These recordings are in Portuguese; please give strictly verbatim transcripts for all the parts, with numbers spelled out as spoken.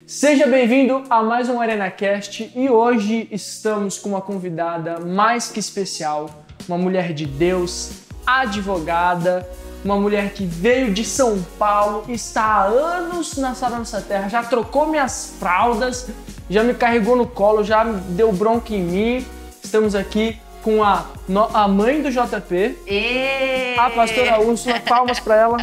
Seja bem-vindo a mais um ArenaCast e hoje estamos com uma convidada mais que especial, uma mulher de Deus, advogada, uma mulher que veio de São Paulo, está há anos na Sara Nossa Terra, já trocou minhas fraldas, já me carregou no colo, já deu bronca em mim. Estamos aqui com a, a mãe do J P, e... a pastora Úrsula, palmas para ela.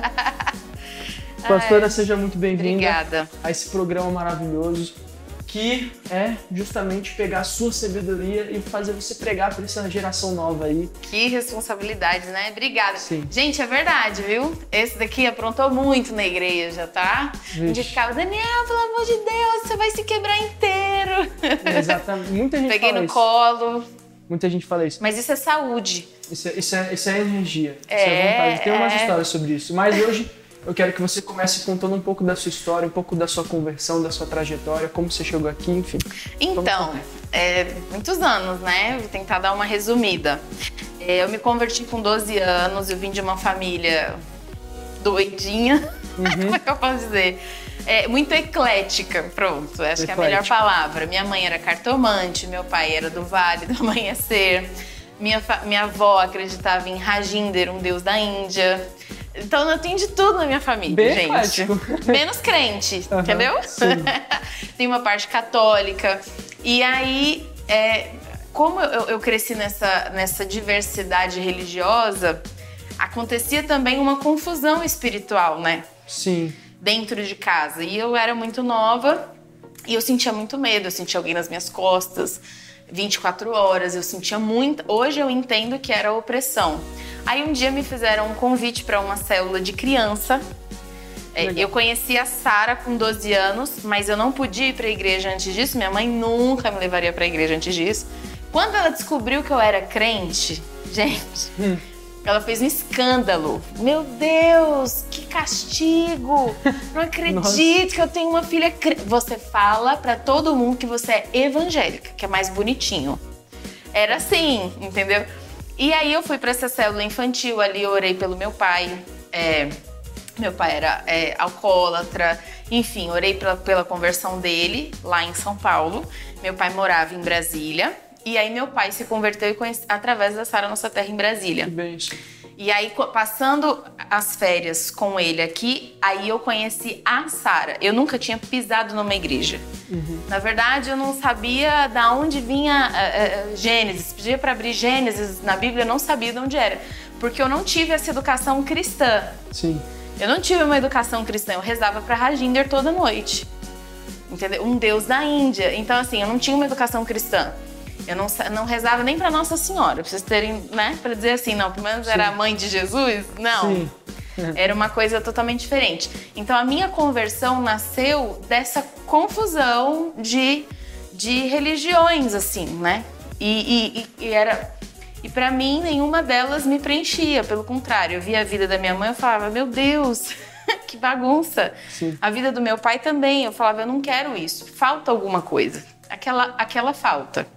Pastora, Ai, seja muito bem-vinda obrigada. A esse programa maravilhoso que é justamente pegar a sua sabedoria e fazer você pregar para essa geração nova aí. Que responsabilidade, né? Obrigada. Sim. Gente, é verdade, viu? Esse daqui aprontou muito na igreja, tá? A gente ficava, Daniel, pelo amor de Deus, você vai se quebrar inteiro. Exatamente. Muita gente Peguei fala no isso. colo. Muita gente fala isso. Mas isso é saúde. Isso é, isso é, isso é energia. É, isso é vontade. Tem umas é. histórias sobre isso. Mas hoje eu quero que você comece contando um pouco da sua história, um pouco da sua conversão, da sua trajetória, como você chegou aqui, enfim. Então, é, muitos anos, né? Vou tentar dar uma resumida. É, eu me converti com doze anos, eu vim de uma família doidinha, Uhum. como é que eu posso dizer? É, muito eclética, pronto, acho Eclética. que é a melhor palavra. Minha mãe era cartomante, meu pai era do Vale do Amanhecer, minha, fa- minha avó acreditava em Rajinder, um deus da Índia. Então eu tenho de tudo na minha família, Bem gente. eclético. Menos crente, Uhum, entendeu? sim. Tem uma parte católica. E aí, é, como eu, eu cresci nessa, nessa diversidade religiosa, acontecia também uma confusão espiritual, né? Sim. Dentro de casa. E eu era muito nova e eu sentia muito medo. Eu sentia alguém nas minhas costas, vinte e quatro horas. Eu sentia muito... Hoje eu entendo que era opressão. Aí um dia me fizeram um convite para uma célula de criança. É, eu conheci a Sara com doze anos, mas eu não podia ir para a igreja antes disso. Minha mãe nunca me levaria para a igreja antes disso. Quando ela descobriu que eu era crente, gente, Hum. ela fez um escândalo. Meu Deus, que castigo! Não acredito Nossa. que eu tenho uma filha crente. Você fala para todo mundo que você é evangélica, que é mais bonitinho. Era assim, entendeu? E aí eu fui para essa célula infantil, ali eu orei pelo meu pai. É, meu pai era é, alcoólatra, enfim, orei pela, pela conversão dele lá em São Paulo. Meu pai morava em Brasília. E aí meu pai se converteu e conhece, através da Sara Nossa Terra em Brasília. Que bênção. E aí, co- passando as férias com ele aqui, aí eu conheci a Sara. Eu nunca tinha pisado numa igreja. Uhum. Na verdade, eu não sabia de onde vinha uh, uh, Gênesis. Pedia para abrir Gênesis na Bíblia, eu não sabia de onde era. Porque eu não tive essa educação cristã. Sim. Eu não tive uma educação cristã. Eu rezava para Rajinder toda noite. Entendeu? Um deus da Índia. Então, assim, eu não tinha uma educação cristã. Eu não, não rezava nem para Nossa Senhora, pra vocês terem, né? Pra dizer assim, não, pelo menos Sim. era a mãe de Jesus. Não. Sim. Era uma coisa totalmente diferente. Então, a minha conversão nasceu dessa confusão de, de religiões, assim, né? E, e, e era... E pra mim, nenhuma delas me preenchia. Pelo contrário, eu via a vida da minha mãe e falava, meu Deus, que bagunça. Sim. A vida do meu pai também. Eu falava, eu não quero isso. Falta alguma coisa. Aquela, aquela falta.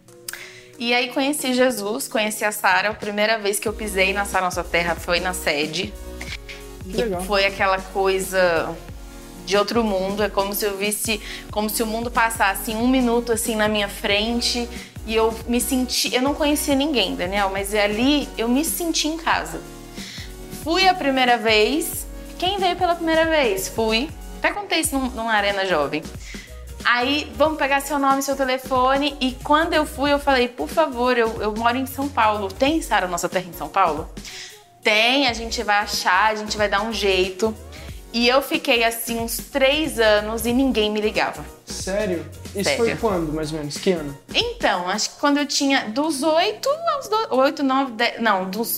E aí conheci Jesus, conheci a Sara. A primeira vez que eu pisei na Sara Nossa Terra foi na sede. Que legal. E foi aquela coisa de outro mundo. É como se eu visse, como se o mundo passasse um minuto assim na minha frente. E eu me senti... Eu não conhecia ninguém, Daniel, mas ali eu me senti em casa. Fui a primeira vez. Quem veio pela primeira vez? Fui. Até contei isso num, numa Arena Jovem. Aí, vamos pegar seu nome, seu telefone. E quando eu fui, eu falei, por favor, eu, eu moro em São Paulo. Tem Sara Nossa Terra em São Paulo? Tem, a gente vai achar, a gente vai dar um jeito. E eu fiquei assim uns três anos e ninguém me ligava. Sério? Isso Sério. foi quando, mais ou menos? Que ano? Então, acho que quando eu tinha dos oito aos doze, oito, nove, dez, não, dos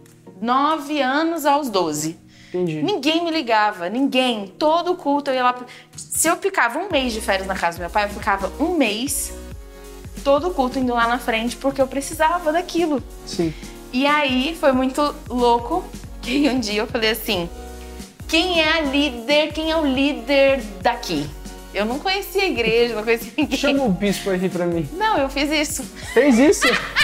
nove anos aos doze. Entendi. Ninguém me ligava, ninguém. Todo culto eu ia lá. Se eu ficava um mês de férias na casa do meu pai, eu ficava um mês, todo culto indo lá na frente, porque eu precisava daquilo. Sim. E aí foi muito louco que um dia eu falei assim: quem é a líder, quem é o líder daqui? Eu não conhecia a igreja, não conhecia ninguém. Chama o bispo aí pra mim. Não, eu fiz isso. Fez isso?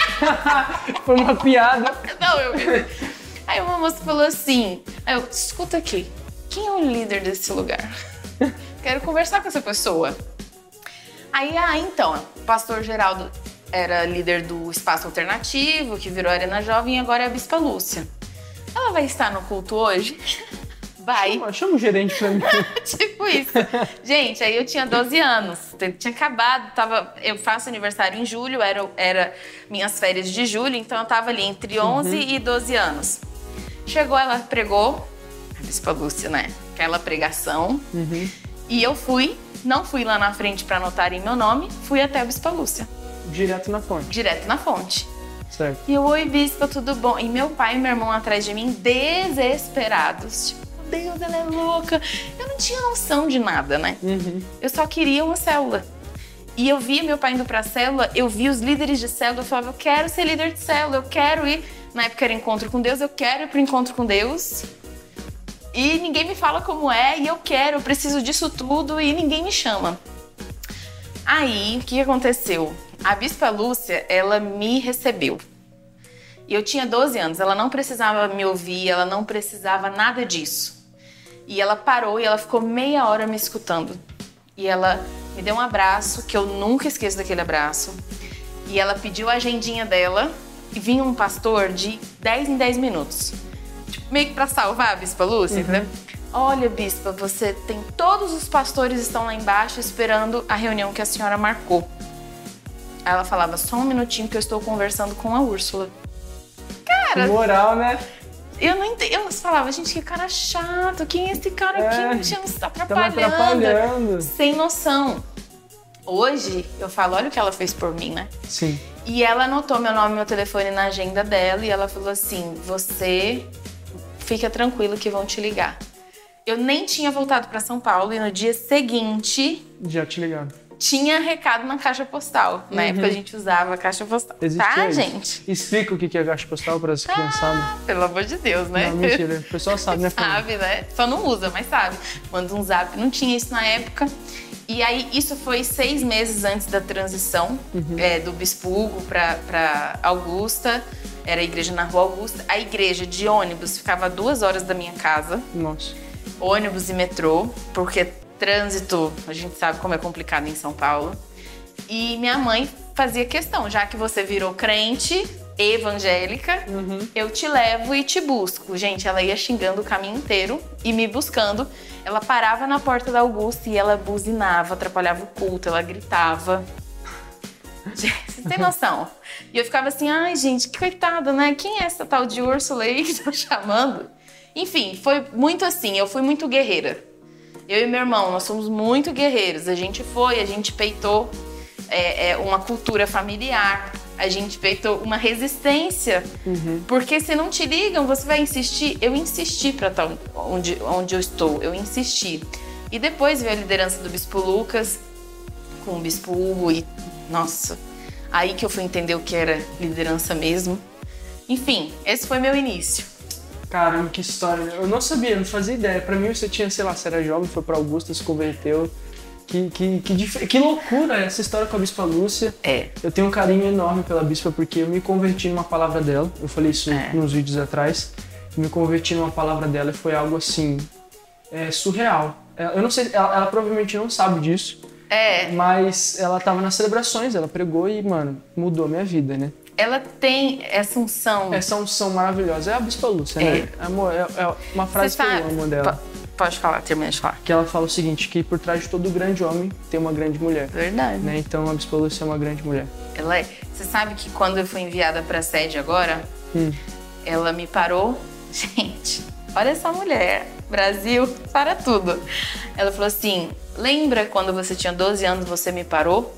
Foi uma piada. Não, eu fiz isso. Aí uma moça falou assim, aí eu, escuta aqui, quem é o líder desse lugar? quero conversar com essa pessoa. Aí, ah, então, o pastor Geraldo era líder do Espaço Alternativo, que virou Arena Jovem, e agora é a Bispa Lúcia. Ela vai estar no culto hoje? Vai. Chama, chama o gerente pra mim. Tipo isso. Gente, aí eu tinha doze anos. Tinha acabado, tava, eu faço aniversário em julho, era, era minhas férias de julho, então eu tava ali entre onze uhum. e doze anos. Chegou, ela pregou, a Bispa Lúcia, né? Aquela pregação. Uhum. E eu fui, não fui lá na frente pra anotarem meu nome, fui até a Bispa Lúcia. Direto na fonte. Direto na fonte. Certo. E eu, oi, bispa, tudo bom? E meu pai e meu irmão atrás de mim, desesperados. Tipo, meu Deus, ela é louca. Eu não tinha noção de nada, né? Uhum. Eu só queria uma célula. E eu via meu pai indo pra célula, eu via os líderes de célula, eu falava, eu quero ser líder de célula, eu quero ir. Na época era encontro com Deus, eu quero ir pro encontro com Deus. E ninguém me fala como é, e eu quero, eu preciso disso tudo, e ninguém me chama. Aí, o que aconteceu? A Bispa Lúcia, ela me recebeu. E eu tinha doze anos, ela não precisava me ouvir, ela não precisava nada disso. E ela parou e ela ficou meia hora me escutando. E ela me deu um abraço, que eu nunca esqueço daquele abraço. E ela pediu a agendinha dela, e vinha um pastor de dez em dez minutos. Tipo, meio que pra salvar a Bispa Lúcia, uhum. né? Olha, bispa, você tem... Todos os pastores estão lá embaixo esperando a reunião que a senhora marcou. Aí ela falava, só um minutinho que eu estou conversando com a Úrsula. Cara... Moral, né? Eu não entendi. Eu falava, gente, que cara chato. Quem é esse cara aqui? É, Me está atrapalhando. Tá me atrapalhando. Sem noção. Hoje, eu falo, olha o que ela fez por mim, né? Sim. E ela anotou meu nome e meu telefone na agenda dela e ela falou assim, você fica tranquilo que vão te ligar. Eu nem tinha voltado para São Paulo e no dia seguinte... Já te ligaram. Tinha recado na caixa postal. Na uhum. época a gente usava a caixa postal. Existe tá, isso. gente? Explica o que é a caixa postal para essa criançada. Ah, pelo amor de Deus, né? Não, mentira. O pessoal sabe, né? Sabe, né? Só não usa, mas sabe. Manda um zap. Não tinha isso na época. E aí, isso foi seis meses antes da transição uhum. é, do Bispo Hugo para Augusta. Era a igreja na Rua Augusta. A igreja de ônibus ficava a duas horas da minha casa. Nossa. Ônibus e metrô, porque trânsito, a gente sabe como é complicado em São Paulo. E minha mãe fazia questão, já que você virou crente evangélica, uhum. eu te levo e te busco. Gente, ela ia xingando o caminho inteiro e me buscando. Ela parava na porta da Augusta e ela buzinava, atrapalhava o culto, ela gritava. Você tem noção? E eu ficava assim, ai gente, que coitada, né? Quem é essa tal de Úrsula aí que tá chamando? Enfim, foi muito assim, eu fui muito guerreira. Eu e meu irmão, nós somos muito guerreiros. A gente foi, a gente peitou é, é, uma cultura familiar, a gente peitou uma resistência. Uhum. Porque se não te ligam, você vai insistir. Eu insisti para estar onde, onde eu estou, eu insisti. E depois veio a liderança do Bispo Lucas, com o Bispo Hugo e, nossa, aí que eu fui entender o que era liderança mesmo. Enfim, esse foi meu início. Caramba, que história. Eu não sabia, não fazia ideia. Pra mim, você tinha, sei lá, você era jovem, foi pra Augusta, se converteu. Que, que, que, dif... que loucura essa história com a Bispa Lúcia. É. Eu tenho um carinho enorme pela Bispa, porque eu me converti numa palavra dela. Eu falei isso é. nos vídeos atrás. Eu me converti numa palavra dela e foi algo, assim, é, surreal. Eu não sei, ela, ela provavelmente não sabe disso. É. Mas ela tava nas celebrações, ela pregou e, mano, mudou a minha vida, né? Ela tem essa unção. Essa unção maravilhosa. É a Bispa Lúcia, é. né? Amor, é, é uma frase Você que tá... eu amo dela. P- pode falar, termina de falar. Que ela fala o seguinte, que por trás de todo grande homem tem uma grande mulher. Verdade. Né? Então a Bispa Lúcia é uma grande mulher. Ela é. Você sabe que quando eu fui enviada pra sede agora, hum. ela me parou. Gente, olha essa mulher. Brasil, para tudo. Ela falou assim, lembra quando você tinha doze anos, você me parou?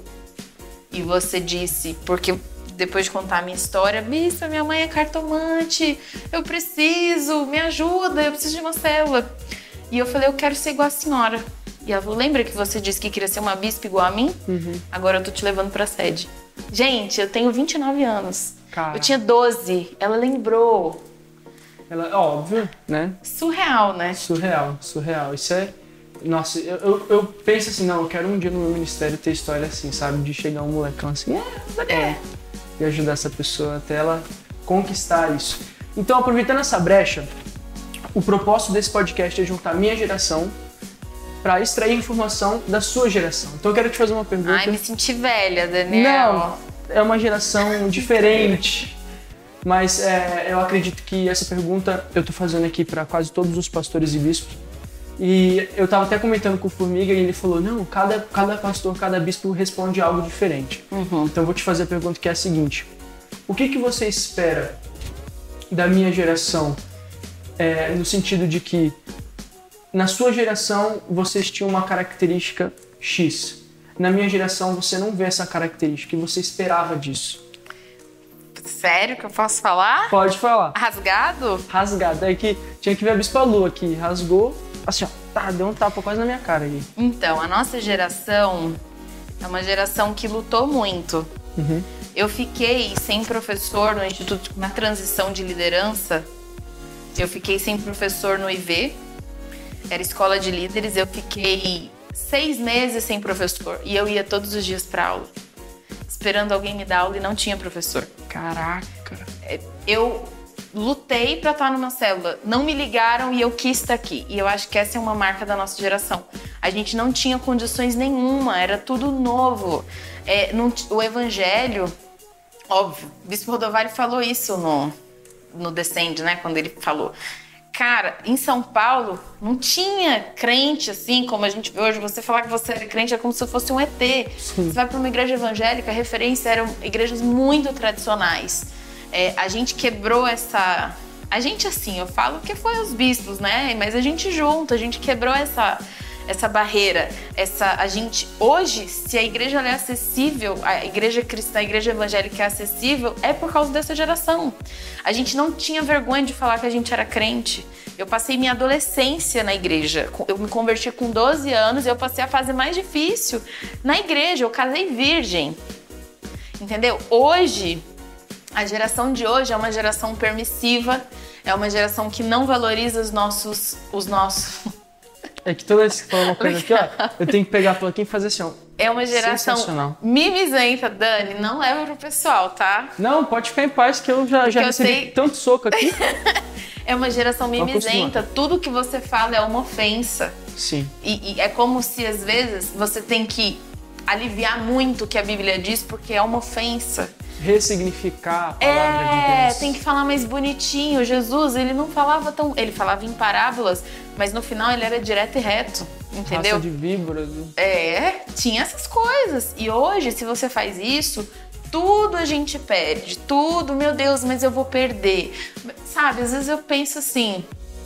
E você disse, porque... Depois de contar a minha história, Bispa, minha mãe é cartomante, eu preciso, me ajuda, eu preciso de uma célula. E eu falei, eu quero ser igual a senhora. E ela falou, lembra que você disse que queria ser uma bispa igual a mim? Uhum. Agora eu tô te levando pra sede. Gente, eu tenho vinte e nove anos. Cara. Eu tinha doze, ela lembrou. Ela, óbvio, né? Surreal, né? Surreal, surreal. Isso é... Nossa, eu, eu, eu penso assim, não, eu quero um dia no meu ministério ter história assim, sabe? De chegar um molecão assim, é, é. E ajudar essa pessoa até ela conquistar isso. Então, aproveitando essa brecha, o propósito desse podcast é juntar a minha geração para extrair informação da sua geração. Então eu quero te fazer uma pergunta. Ai, me senti velha, Daniel. Não, é uma geração diferente. Mas é, eu acredito que essa pergunta eu tô fazendo aqui para quase todos os pastores e bispos. E eu tava até comentando com o Formiga e ele falou, não, cada, cada pastor, cada bispo responde algo diferente. Uhum. Então eu vou te fazer a pergunta que é a seguinte. O que, que você espera da minha geração? É, no sentido de que na sua geração vocês tinham uma característica X. Na minha geração você não vê essa característica e você esperava disso. Sério que eu posso falar? Pode falar. Rasgado? Rasgado. É que tinha que ver a Bispa Lu aqui. Rasgou, assim, ó. Tá, deu um tapa quase na minha cara aí. Então, a nossa geração é uma geração que lutou muito. Uhum. Eu fiquei sem professor no Instituto, na transição de liderança. Eu fiquei sem professor no I V. Era escola de líderes. Eu fiquei seis meses sem professor. E eu ia todos os dias pra aula. Esperando alguém me dar aula e não tinha professor. Caraca. Eu lutei pra estar numa célula. Não me ligaram e eu quis estar aqui. E eu acho que essa é uma marca da nossa geração. A gente não tinha condições nenhuma. Era tudo novo. É, não, o evangelho... Óbvio. O Bispo Rodovalho falou isso no, no Descende, né? Quando ele falou... Cara, em São Paulo, não tinha crente assim, como a gente vê hoje. Você falar que você era crente é como se fosse um E T. Sim. Você vai para uma igreja evangélica, a referência eram igrejas muito tradicionais. É, a gente quebrou essa... A gente, assim, eu falo que foi os bispos, né? Mas a gente junto, a gente quebrou essa, essa barreira. Essa, a gente, hoje, se a igreja é acessível, a igreja cristã, a igreja evangélica é acessível, é por causa dessa geração. A gente não tinha vergonha de falar que a gente era crente. Eu passei minha adolescência na igreja. Eu me converti com doze anos e eu passei a fase mais difícil na igreja. Eu casei virgem. Entendeu? Hoje, a geração de hoje é uma geração permissiva, é uma geração que não valoriza os nossos... Os nossos... É que toda vez que fala uma coisa aqui, ó, eu tenho que pegar a plaquinha e fazer assim, ó. É uma geração mimizenta, Dani, não leva pro pessoal, tá? Não, pode ficar em paz que eu já, já eu recebi sei... tanto soco aqui. É uma geração mimizenta, tudo que você fala é uma ofensa. Sim. E, e é como se, às vezes, você tem que aliviar muito o que a Bíblia diz, porque é uma ofensa. Ressignificar a palavra é, de Deus. Tem que falar mais bonitinho. Jesus, ele não falava tão... Ele falava em parábolas, mas no final ele era direto e reto, entendeu? Raça de víboras. É, tinha essas coisas. E hoje, se você faz isso, tudo a gente perde. Tudo, meu Deus, mas eu vou perder. Sabe, às vezes eu penso assim...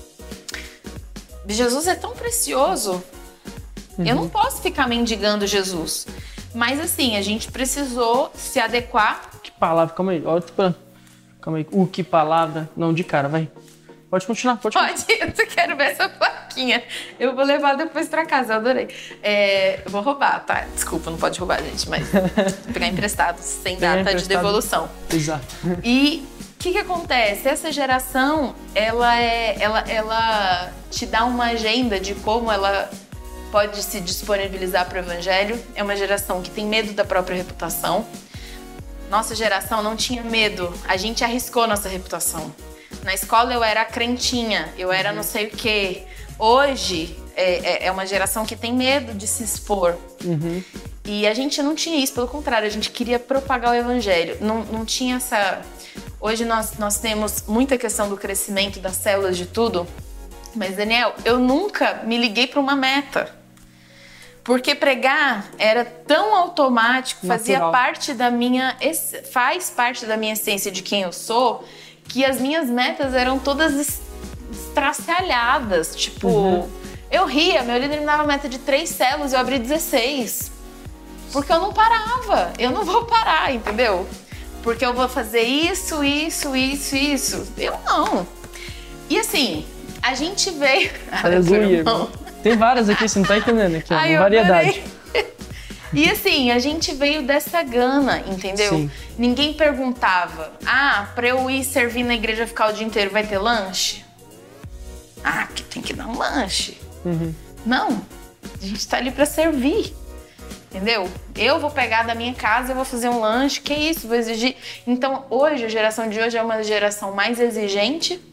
Jesus é tão precioso. Uhum. Eu não posso ficar mendigando Jesus. Mas assim, a gente precisou se adequar. Que palavra, calma aí. Olha, calma aí. Uh, que palavra. Não, de cara, vai. Pode continuar, pode continuar. Pode, eu quero ver essa plaquinha. Eu vou levar depois pra casa, eu adorei. É, eu vou roubar, tá? Desculpa, não pode roubar, gente, mas vou pegar emprestado, sem data emprestado. de devolução. Exato. E o que que acontece? Essa geração, ela, é, ela, ela te dá uma agenda de como ela... pode se disponibilizar para o evangelho. É uma geração que tem medo da própria reputação. Nossa geração não tinha medo. A gente arriscou nossa reputação. Na escola eu era a crentinha, eu era não sei o quê. Hoje é, é uma geração que tem medo de se expor. Uhum. E a gente não tinha isso, pelo contrário, a gente queria propagar o evangelho. Não, não tinha essa... Hoje nós, nós temos muita questão do crescimento das células de tudo. Mas, Daniel, eu nunca me liguei para uma meta. Porque pregar era tão automático, natural. fazia parte da minha, faz parte da minha essência de quem eu sou, que as minhas metas eram todas estraçalhadas. Tipo, uhum. eu ria, meu líder me dava meta de três células, eu abri dezesseis. Porque eu não parava, eu não vou parar, entendeu? Porque eu vou fazer isso, isso, isso, isso. Eu não. E assim, a gente veio... Aleluia. Tem várias aqui, você não tá entendendo aqui, Ai, uma variedade. E assim, a gente veio dessa gana, entendeu? Sim. Ninguém perguntava, ah, pra eu ir servir na igreja ficar o dia inteiro, vai ter lanche? Ah, que tem que dar um lanche. Uhum. Não, a gente tá ali pra servir, entendeu? Eu vou pegar da minha casa, eu vou fazer um lanche, que isso, vou exigir. Então, hoje, a geração de hoje é uma geração mais exigente,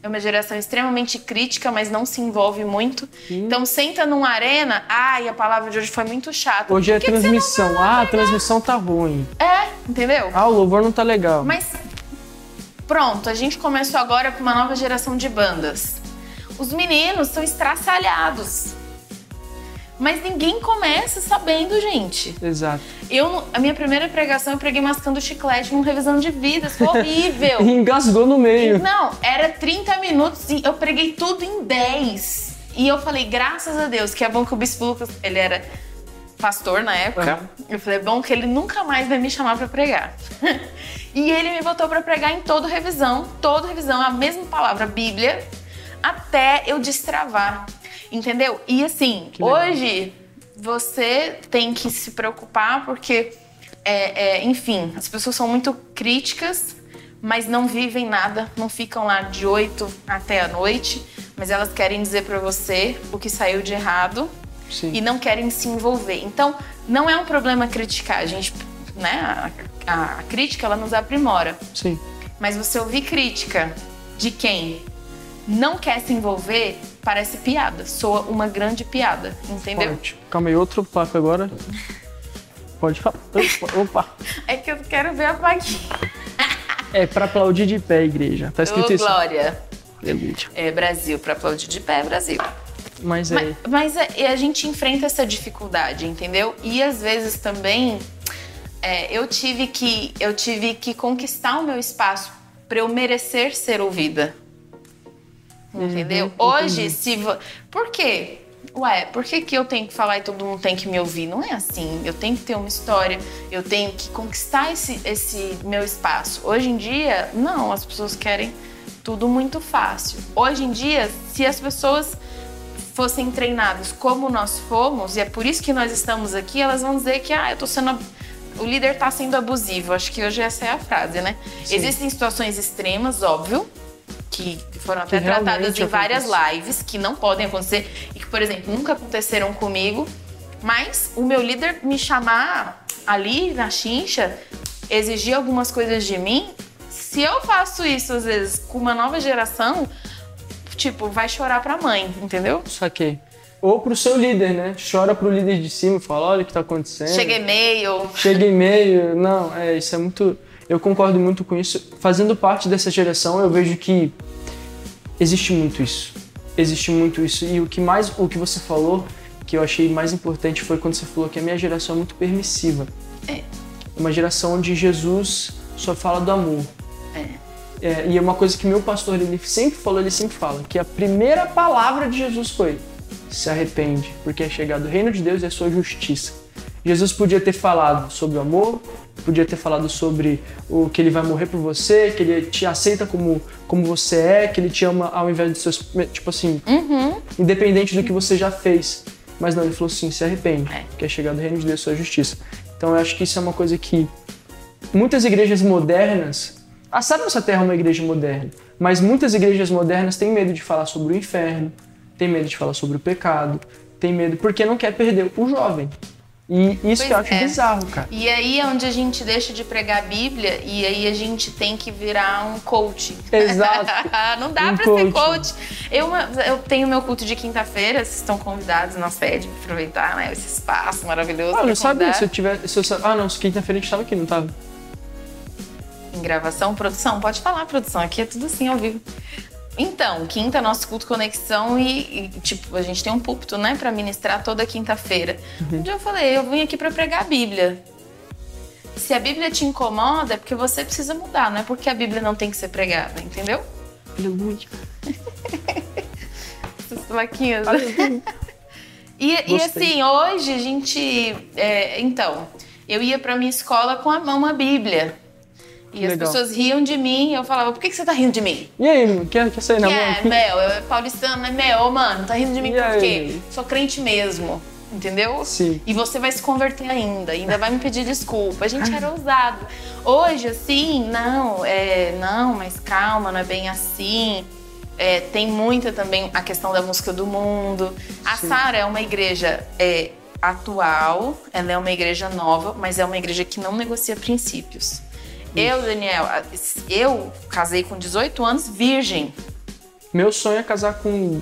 é uma geração extremamente crítica, mas não se envolve muito. Hum. Então senta numa arena, ai, a palavra de hoje foi muito chata. Hoje é transmissão, ah, a transmissão tá ruim. É, entendeu? Ah, o louvor não tá legal. Mas pronto, a gente começou agora com uma nova geração de bandas. Os meninos são estraçalhados. Mas ninguém começa sabendo, gente. Exato. Eu, a minha primeira pregação, eu preguei mascando chiclete num revisão de vidas. Foi horrível. E engasgou no meio. Não, era trinta minutos e eu preguei tudo em dez. E eu falei, graças a Deus, que é bom que o Bispo Lucas, ele era pastor na época. Uhum. Eu falei, é bom que ele nunca mais vai me chamar pra pregar. E ele me botou pra pregar em toda revisão, toda revisão, a mesma palavra, Bíblia, até eu destravar. Entendeu? E assim, hoje você tem que se preocupar porque, é, é, enfim, as pessoas são muito críticas, mas não vivem nada, não ficam lá de oito até a noite, mas elas querem dizer pra você o que saiu de errado. Sim. E não querem se envolver. Então, não é um problema criticar, a gente, né, a, a, a crítica ela nos aprimora. Sim. Mas você ouvir crítica de quem não quer se envolver, parece piada. Soa uma grande piada, entendeu? Forte. Calma aí, outro papo agora. Pode falar. Opa, opa. É que eu quero ver a plaquinha. É pra aplaudir de pé, igreja. Tá escrito Ô, isso. Glória. Aleluia. É Brasil, pra aplaudir de pé, Brasil. Mas é... Mas, mas a, a gente enfrenta essa dificuldade, entendeu? E às vezes também é, eu, tive que, eu tive que conquistar o meu espaço pra eu merecer ser ouvida. Entendeu? Uhum, Hoje, se... Vo... Por quê? Ué, por que, que eu tenho que falar e todo mundo tem que me ouvir? Não é assim. Eu tenho que ter uma história, eu tenho que conquistar esse, esse meu espaço. Hoje em dia, não, as pessoas querem tudo muito fácil. Hoje em dia, se as pessoas fossem treinadas como nós fomos, e é por isso que nós estamos aqui, elas vão dizer que ah, eu tô sendo... o líder tá sendo abusivo. Acho que hoje essa é a frase, né? Sim. Existem situações extremas, óbvio, que foram até que tratadas em várias acontece. lives, que não podem acontecer e que, por exemplo, nunca aconteceram comigo. Mas o meu líder me chamar ali na chincha, exigir algumas coisas de mim, se eu faço isso, às vezes, com uma nova geração, tipo, vai chorar pra mãe, entendeu? Saquei. Ou pro seu líder, né? Chora pro líder de cima e fala, olha o que tá acontecendo. Chega e-mail. Chega e-mail. Não, é, isso é muito... Eu concordo muito com isso. Fazendo parte dessa geração, eu vejo que existe muito isso. Existe muito isso. E o que mais, o que você falou, que eu achei mais importante, foi quando você falou que a minha geração é muito permissiva. É. Uma geração onde Jesus só fala do amor. É. É, e é uma coisa que meu pastor, ele sempre falou, ele sempre fala, que a primeira palavra de Jesus foi: se arrepende, porque é chegado o reino de Deus e a sua justiça. Jesus podia ter falado sobre o amor, podia ter falado sobre o que ele vai morrer por você, que ele te aceita como, como você é, que ele te ama ao invés de seus... Tipo assim, uhum. independente do que você já fez. Mas não, ele falou assim, se arrepende, é. que é chegado o reino de Deus e sua justiça. Então eu acho que isso é uma coisa que muitas igrejas modernas... A Sara Nossa Terra é uma igreja moderna, mas muitas igrejas modernas têm medo de falar sobre o inferno, têm medo de falar sobre o pecado, têm medo porque não quer perder o jovem. E isso pois que eu acho é. bizarro, cara. E aí é onde a gente deixa de pregar a Bíblia e aí a gente tem que virar um coach. Exato. Não dá um pra coach. ser coach. Eu, eu tenho meu culto de quinta-feira, vocês estão convidados na sede pra aproveitar, né, esse espaço maravilhoso. Ah, não sabia se eu tiver... Se eu, ah, não, quinta-feira a gente tava aqui, não tava? Em gravação, produção? Pode falar, produção. Aqui é tudo assim, ao vivo. Então, quinta, nosso culto Conexão e, e, tipo, a gente tem um púlpito, né, pra ministrar toda quinta-feira. Uhum. Um dia eu falei, eu vim aqui pra pregar a Bíblia. Se a Bíblia te incomoda, é porque você precisa mudar, não é porque a Bíblia não tem que ser pregada, entendeu? Aleluia. Essas plaquinhas. e, e assim, hoje a gente... É, então, eu ia pra minha escola com a mão uma Bíblia. E Legal. As pessoas riam de mim, eu falava, por que, que você tá rindo de mim? E aí, quer, quer sair na mão? É, Mel, eu é paulistano, né? Mel, mano, tá rindo de mim e por aí? Quê? Sou crente mesmo, entendeu? Sim. E você vai se converter ainda, ainda vai me pedir desculpa. A gente era ousado. Hoje, assim, não, é, não, mas calma, não é bem assim. É, tem muita também a questão da música do mundo. A Sara é uma igreja é, atual, ela é uma igreja nova, mas é uma igreja que não negocia princípios. Eu, Daniel, eu casei com dezoito anos, virgem. Meu sonho é casar com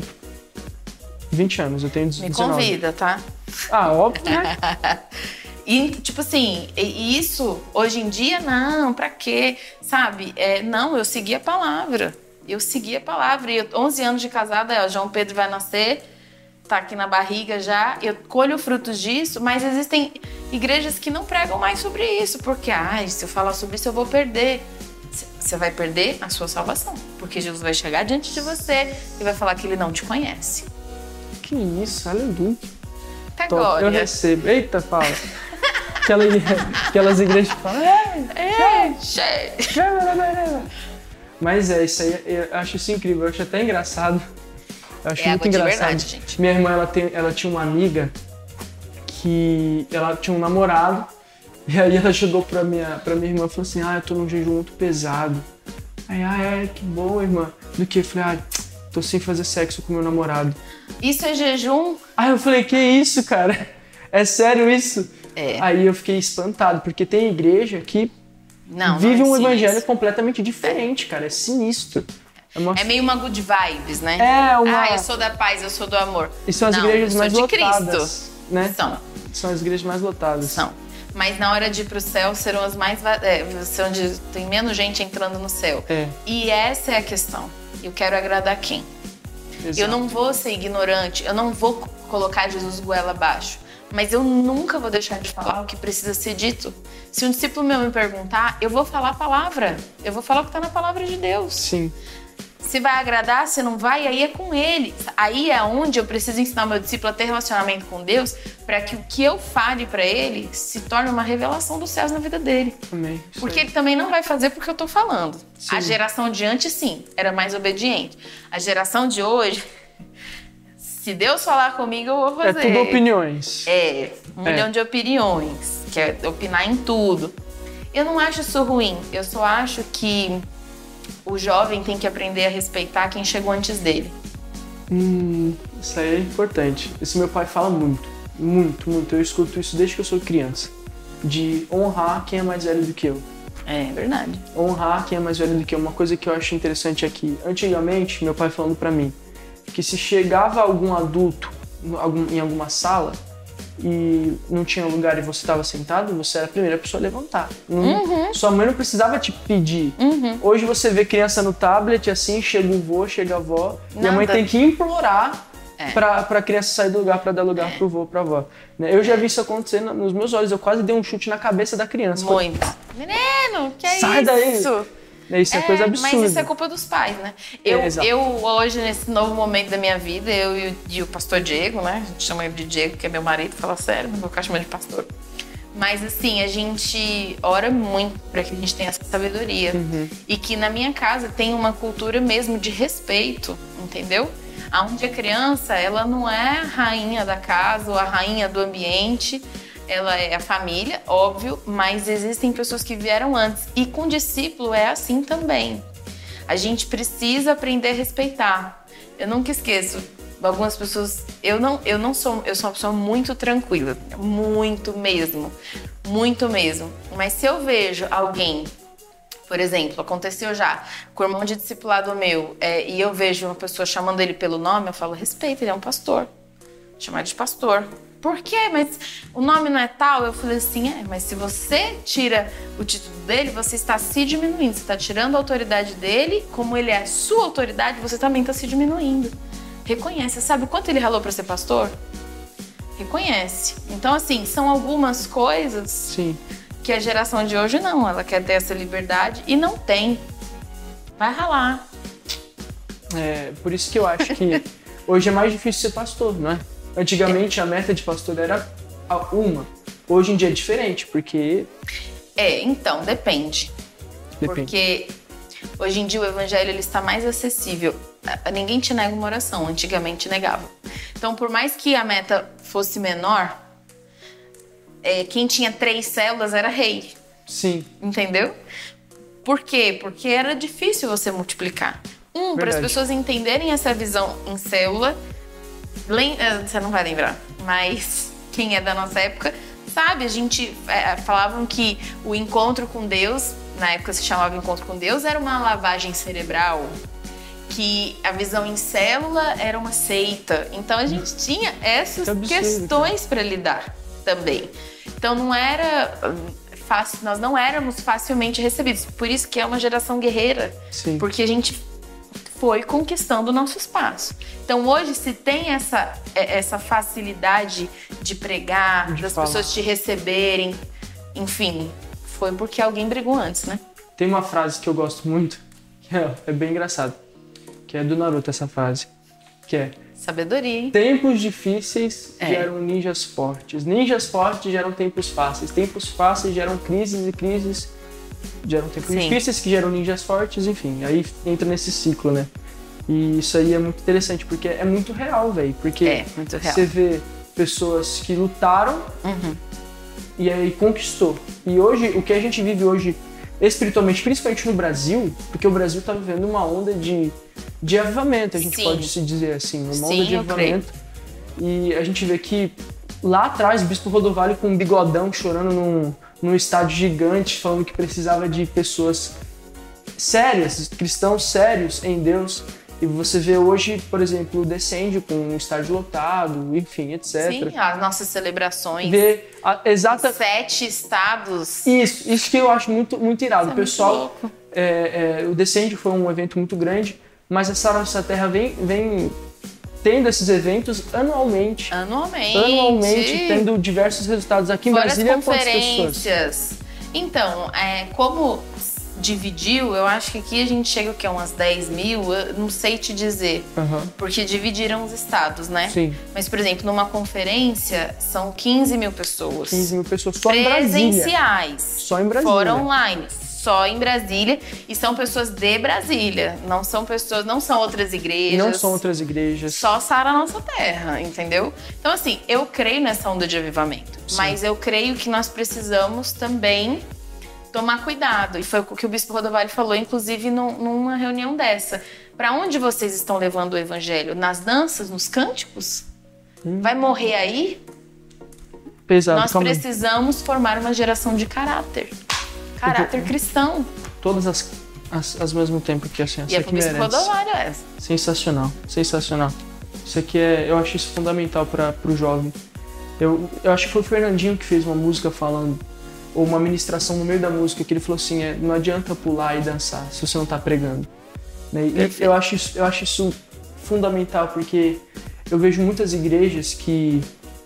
vinte anos, eu tenho dezenove. Me convida, tá? Ah, óbvio, né? E, tipo assim, isso, hoje em dia, não, pra quê? Sabe? É, não, eu segui a palavra. Eu segui a palavra. E eu, onze anos de casada, ó, João Pedro vai nascer, tá aqui na barriga já. Eu colho frutos disso, mas existem igrejas que não pregam mais sobre isso. Porque, ai, se eu falar sobre isso, eu vou perder. Você vai perder a sua salvação. Porque Jesus vai chegar diante de você e vai falar que ele não te conhece. Que isso, aleluia. Tá, glória. Eu recebo. Eita, Paula. Aquela, aquelas igrejas que falam... É, cheio. Mas é, isso aí, eu acho isso incrível, eu acho até engraçado. Eu acho é muito água engraçado. De verdade, gente. Minha irmã, ela, tem, ela tinha uma amiga que ela tinha um namorado, e aí ela chegou pra minha, pra minha irmã e falou assim, ah, eu tô num jejum muito pesado. Aí, ah, é, que bom, irmã. Do que? Eu falei, ah, tô sem fazer sexo com meu namorado. Isso é jejum? Aí eu falei, que isso, cara? É sério isso? É. Aí eu fiquei espantado, porque tem igreja que não, vive não um evangelho isso. completamente diferente, cara. É sinistro. É, uma... é meio uma good vibes, né? É uma... Ah, eu sou da paz, eu sou do amor. E são as não, igrejas mais de lotadas, Cristo. né? São. São as igrejas mais lotadas. São. Mas na hora de ir pro céu serão as mais... É, onde tem menos gente entrando no céu. É. E essa é a questão. Eu quero agradar quem? Exato. Eu não vou ser ignorante, eu não vou colocar Jesus goela abaixo. Mas eu nunca vou deixar de falar o que precisa ser dito. Se um discípulo meu me perguntar, eu vou falar a palavra. Eu vou falar o que está na palavra de Deus. Sim. Se vai agradar, se não vai, aí é com ele. Aí é onde eu preciso ensinar o meu discípulo a ter relacionamento com Deus, para que o que eu fale para ele se torne uma revelação dos céus na vida dele. Amém. Porque ele também não vai fazer porque eu tô falando. Sim. A geração de antes, sim, era mais obediente. A geração de hoje... Se Deus falar comigo, eu vou fazer. É tudo opiniões. É, um é. milhão de opiniões. Que é opinar em tudo. Eu não acho isso ruim. Eu só acho que o jovem tem que aprender a respeitar quem chegou antes dele. Hum, isso aí é importante. Isso meu pai fala muito. Muito, muito. Eu escuto isso desde que eu sou criança. De honrar quem é mais velho do que eu. É verdade. Honrar quem é mais velho do que eu. Uma coisa que eu acho interessante é que, antigamente, meu pai falando pra mim, que se chegava algum adulto em alguma sala e não tinha lugar e você estava sentado, você era a primeira pessoa a levantar. Uhum. Sua mãe não precisava te pedir. Uhum. Hoje você vê criança no tablet, assim, chega o vô, chega a avó, Nada. e a mãe tem que implorar é. pra, pra criança sair do lugar, pra dar lugar é. pro vô, pra avó. Eu já vi isso acontecer nos meus olhos, eu quase dei um chute na cabeça da criança. Muito. Menino, que é Sai isso? daí! Isso é, é coisa absurda. Mas isso é culpa dos pais, né? Eu, é, eu hoje, nesse novo momento da minha vida, eu e o, e o pastor Diego, né? A gente chama ele de Diego, que é meu marido, fala sério, não vou ficar chamando de pastor. Mas assim, a gente ora muito para que a gente tenha essa sabedoria. Uhum. E que na minha casa tem uma cultura mesmo de respeito, entendeu? Onde a criança, ela não é a rainha da casa ou a rainha do ambiente. Ela é a família, óbvio, mas existem pessoas que vieram antes. E com discípulo é assim também. A gente precisa aprender a respeitar. Eu nunca esqueço, algumas pessoas... Eu não, eu não sou... Eu sou uma pessoa muito tranquila. Muito mesmo. Muito mesmo. Mas se eu vejo alguém... Por exemplo, aconteceu já com o irmão de discipulado meu, é, e eu vejo uma pessoa chamando ele pelo nome, eu falo, respeita, ele é um pastor. Chamar de pastor. Por quê? Mas o nome não é tal? Eu falei assim, é, mas se você tira o título dele, você está se diminuindo. Você está tirando a autoridade dele, como ele é sua autoridade, você também está se diminuindo. Reconhece. Sabe o quanto ele ralou para ser pastor? Reconhece. Então, assim, são algumas coisas Sim. que a geração de hoje não. Ela quer ter essa liberdade e não tem. Vai ralar. É, por isso que eu acho que hoje é mais difícil ser pastor, não é? Antigamente a meta de pastor era uma. Hoje em dia é diferente, porque... É, então, depende. Depende. Porque hoje em dia o evangelho ele está mais acessível. Ninguém te nega uma oração, antigamente negava. Então, por mais que a meta fosse menor, é, quem tinha três células era rei. Sim. Entendeu? Por quê? Porque era difícil você multiplicar. Um, para as pessoas entenderem essa visão em célula... Você não vai lembrar, mas quem é da nossa época sabe, a gente é, falavam que o encontro com Deus, na época se chamava encontro com Deus, era uma lavagem cerebral. que a visão em célula era uma seita. Então a gente tinha essas Que absurdo, questões para lidar também. Então não era fácil, nós não éramos facilmente recebidos. Por isso que é uma geração guerreira. Sim. Porque a gente foi conquistando o nosso espaço. Então hoje se tem essa, essa facilidade de pregar, De das falar. pessoas te receberem, enfim, foi porque alguém brigou antes, né? Tem uma frase que eu gosto muito, que é, é bem engraçado, que é do Naruto essa frase, que é: Sabedoria, hein? tempos difíceis É. geram ninjas fortes, ninjas fortes geram tempos fáceis, tempos fáceis geram crises e crises geram tempos Sim. difíceis que geram ninjas fortes, enfim, aí entra nesse ciclo, né? E isso aí é muito interessante, porque é muito real, velho, porque É, muito real. você vê pessoas que lutaram Uhum. e aí conquistou. E hoje, o que a gente vive hoje, espiritualmente, principalmente no Brasil, porque o Brasil tá vivendo uma onda de, de avivamento, a gente Sim. pode se dizer assim, uma Sim, onda de eu creio. avivamento. E a gente vê que lá atrás o Bispo Rodovalho com um bigodão chorando num, num estádio gigante, falando que precisava de pessoas sérias, cristãos sérios em Deus. E você vê hoje, por exemplo, o Descende com um estádio lotado, enfim, etcétera. Sim, as nossas celebrações. Vê a exata... Sete estados. Isso, isso que eu acho muito, muito irado. Isso é O pessoal, muito louco. é, é, o Descende foi um evento muito grande, mas a Sara Nossa Terra vem, vem tendo esses eventos anualmente. Anualmente. Anualmente, tendo diversos resultados. Aqui em Fora Brasília, as quantas pessoas? conferências. Então, é, como dividiu, eu acho que aqui a gente chega o quê? Umas dez mil? Eu não sei te dizer. Aham. Porque dividiram os estados, né? Sim, Mas, por exemplo, numa conferência são quinze mil pessoas. quinze mil pessoas só em Brasília. Presenciais. Só em Brasília. Fora online. Só em Brasília. E são pessoas de Brasília. Não são pessoas, não são outras igrejas. Não são outras igrejas. Só Sara Nossa Terra, entendeu? Então, assim, eu creio nessa onda de avivamento. Sim. Mas eu creio que nós precisamos também tomar cuidado. E foi o que o Bispo Rodovalho falou, inclusive, num- numa reunião dessa. Para onde vocês estão levando o evangelho? Nas danças, nos cânticos? Hum. Vai morrer aí? Pesado, Nós calma aí. precisamos formar uma geração de caráter. Caráter cristão. Todas as, as, as ao mesmo tempo aqui, assim. E Isso é aqui pro Bispo merece. Rodovalho essa. Sensacional, sensacional. Isso aqui é, eu acho isso fundamental para o jovem. Eu, eu acho que foi o Fernandinho que fez uma música falando, ou uma ministração no meio da música, que ele falou assim, é, não adianta pular e dançar se você não tá pregando. Né? E Perfeito. eu acho, isso, eu acho isso fundamental, porque eu vejo muitas igrejas que,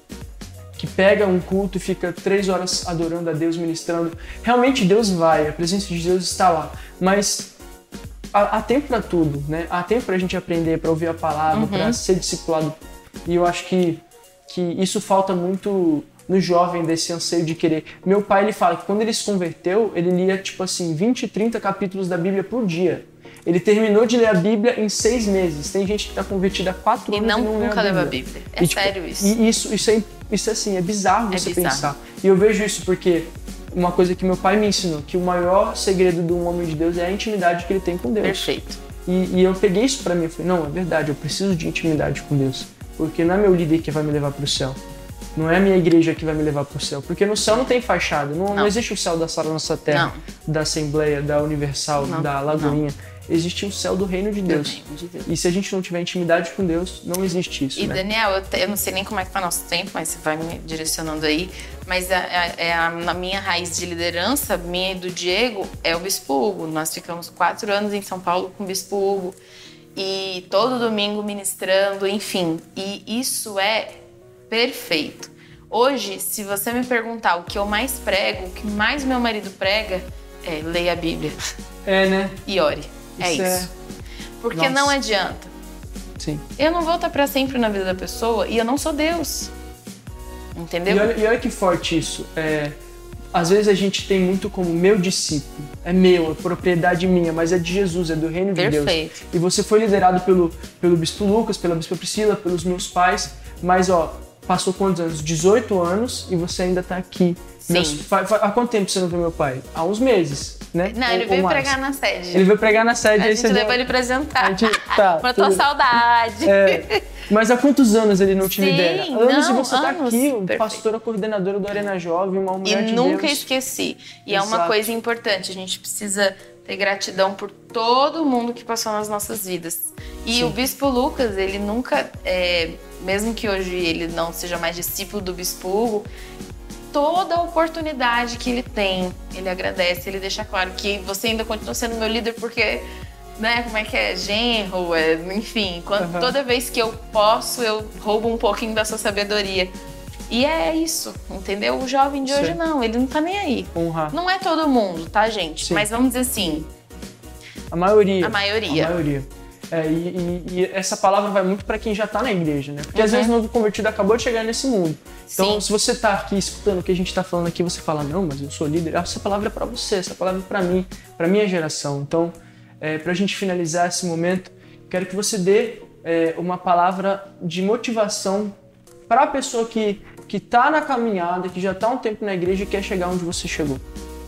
que pegam um culto e fica três horas adorando a Deus, ministrando. Realmente Deus vai, a presença de Deus está lá, mas há, há tempo para tudo, né? Há tempo pra gente aprender, para ouvir a palavra, Uhum. para ser discipulado. E eu acho que, que isso falta muito no jovem, desse anseio de querer. Meu pai, ele fala que quando ele se converteu, ele lia, tipo assim, vinte, trinta capítulos da Bíblia por dia. Ele terminou de ler a Bíblia em seis meses. Tem gente que está convertida há quatro E anos não, e não lê nunca a leva a Bíblia. Bíblia. É E, tipo, sério isso. E isso, isso, é, isso é assim, é bizarro É você bizarro. pensar. E eu vejo isso porque uma coisa que meu pai me ensinou, que o maior segredo de um homem de Deus é a intimidade que ele tem com Deus. Perfeito. E, e eu peguei isso pra mim, eu falei, não, é verdade, eu preciso de intimidade com Deus. Porque não é meu líder que vai me levar pro céu. Não é a minha igreja que vai me levar pro céu. Porque no céu não tem fachada. Não, não. Não. existe o céu da Sara Nossa Terra, da Assembleia, da Universal, Não, da Lagoinha. Existe o céu do reino de Deus. Do reino de Deus. E se a gente não tiver intimidade com Deus, não existe isso, E né? Daniel, eu, te- eu não sei nem como é que tá nosso tempo, mas você vai me direcionando aí. Mas a, a, é a, na minha raiz de liderança, minha e do Diego, é o Bispo Hugo. Nós ficamos quatro anos em São Paulo com o Bispo Hugo. E todo domingo ministrando, enfim. E isso é perfeito. Hoje, se você me perguntar o que eu mais prego, o que mais meu marido prega, é leia a Bíblia É, né? e ore. É Isso isso. é- Porque Nossa. não adianta. Sim. Eu não vou estar pra sempre na vida da pessoa e eu não sou Deus. Entendeu? E olha, e olha que forte isso. É, às vezes a gente tem muito como meu discípulo. É meu, é propriedade minha, mas é de Jesus, é do reino de Deus. Perfeito. E você foi liderado pelo, pelo Bispo Lucas, pela Bispa Priscila, pelos meus pais, mas ó, passou quantos anos? dezoito anos e você ainda tá aqui. Sim. Meus, fa- fa- há quanto tempo você não viu meu pai? Há uns meses, né? Não, Ou- ele ou veio mais. pregar na sede. Ele veio pregar na sede. A aí gente você levou deu- ele pra jantar. A gente- tá, Matou a tudo- saudade. É, mas há quantos anos ele não te Sim, lidera? Anos não, e você tá anos. aqui, Perfeito. pastora coordenadora do Arena Jovem, uma E mulher de nunca Deus. esqueci. E é uma Exato. coisa importante, a gente precisa ter gratidão por todo mundo que passou nas nossas vidas. E Sim. o Bispo Lucas, ele nunca, é, mesmo que hoje ele não seja mais discípulo do Bispo Hugo, toda a oportunidade que ele tem, ele agradece, ele deixa claro que você ainda continua sendo meu líder porque, né, como é que é, genro, é, enfim, quando, uhum. toda vez que eu posso, eu roubo um pouquinho da sua sabedoria. E é isso, entendeu? O jovem de hoje Sim. não, ele não tá nem aí. Honra. Não é todo mundo, tá, gente? Sim. Mas vamos dizer assim... A maioria. A maioria. A maioria. É, e, e, e essa palavra vai muito para quem já tá na igreja, né? Porque uhum. às vezes o novo convertido acabou de chegar nesse mundo. Então, Sim. se você tá aqui escutando o que a gente tá falando aqui, você fala, não, mas eu sou líder. Essa palavra é para você, essa palavra é para mim, para minha geração. Então, é, pra gente finalizar esse momento, quero que você dê é, uma palavra de motivação para a pessoa que que tá na caminhada, que já tá há um tempo na igreja e quer chegar onde você chegou.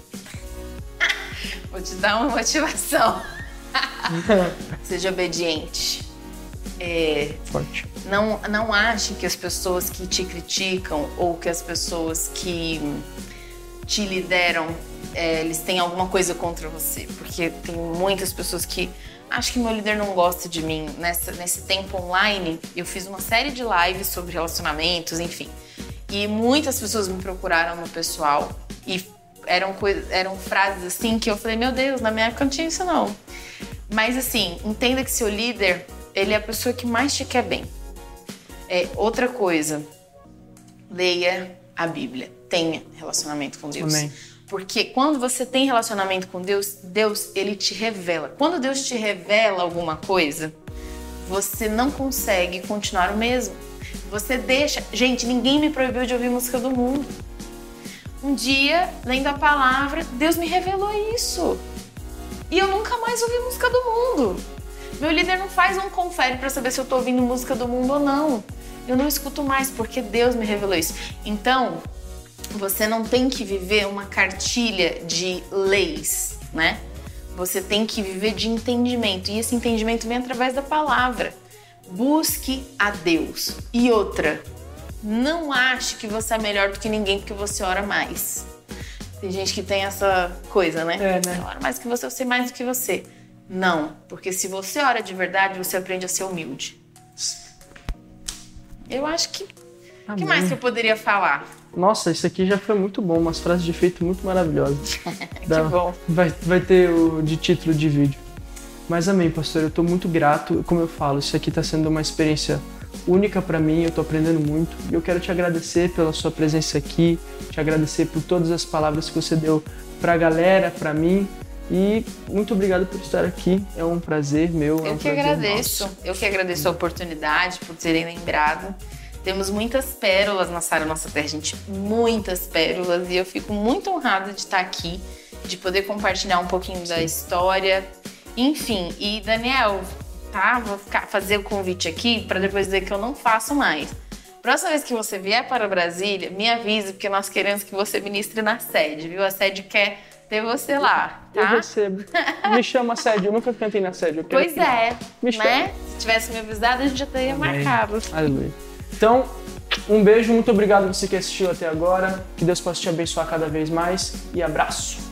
Vou te dar uma motivação. Seja obediente. É, Forte. Não, não ache que as pessoas que te criticam ou que as pessoas que te lideram, é, eles têm alguma coisa contra você. Porque tem muitas pessoas que acham que meu líder não gosta de mim. Nessa, nesse tempo online, eu fiz uma série de lives sobre relacionamentos, enfim. E muitas pessoas me procuraram no pessoal e eram, eram frases assim que eu falei, meu Deus, na minha época não tinha isso não. Mas assim, entenda que seu líder, ele é a pessoa que mais te quer bem. É, outra coisa, leia a Bíblia, tenha relacionamento com Deus. Amém. Porque quando você tem relacionamento com Deus, Deus, ele te revela. Quando Deus te revela alguma coisa, você não consegue continuar o mesmo. Você deixa... Gente, ninguém me proibiu de ouvir música do mundo. Um dia, lendo a palavra, Deus me revelou isso. E eu nunca mais ouvi música do mundo. Meu líder não faz um confere para saber se eu tô ouvindo música do mundo ou não. Eu não escuto mais porque Deus me revelou isso. Então, você não tem que viver uma cartilha de leis, né? Você tem que viver de entendimento. E esse entendimento vem através da palavra. Busque a Deus. E outra, não ache que você é melhor do que ninguém porque você ora mais. Tem gente que tem essa coisa, né? É, né? Eu oro mais que você, eu sei mais do que você. Não, porque se você ora de verdade, você aprende a ser humilde. Eu acho que... O que mais que eu poderia falar? Nossa, isso aqui já foi muito bom. Umas frases de efeito muito maravilhosas. Que Dá, bom. Vai, vai ter o de título de vídeo. Mas amém, pastor, eu tô muito grato. Como eu falo, isso aqui tá sendo uma experiência única para mim, eu tô aprendendo muito. E eu quero te agradecer pela sua presença aqui, te agradecer por todas as palavras que você deu pra galera, pra mim. E muito obrigado por estar aqui, é um prazer meu. Eu é um que agradeço, nosso. eu que agradeço a oportunidade, por terem lembrado. Temos muitas pérolas na Sara Nossa Terra, gente, muitas pérolas. E eu fico muito honrada de estar aqui, de poder compartilhar um pouquinho Sim. da história. Enfim, e Daniel, tá? Vou ficar, fazer o convite aqui para depois dizer que eu não faço mais. Próxima vez que você vier para Brasília, me avise, porque nós queremos que você ministre na sede, viu? A sede quer ter você lá, tá? Eu recebo. Me chama a sede, eu nunca cantei na sede. Eu pois que... é, me né? Se tivesse me avisado, a gente já teria Amém. marcado. Aleluia. Então, um beijo, muito obrigado a você que assistiu até agora. Que Deus possa te abençoar cada vez mais e abraço.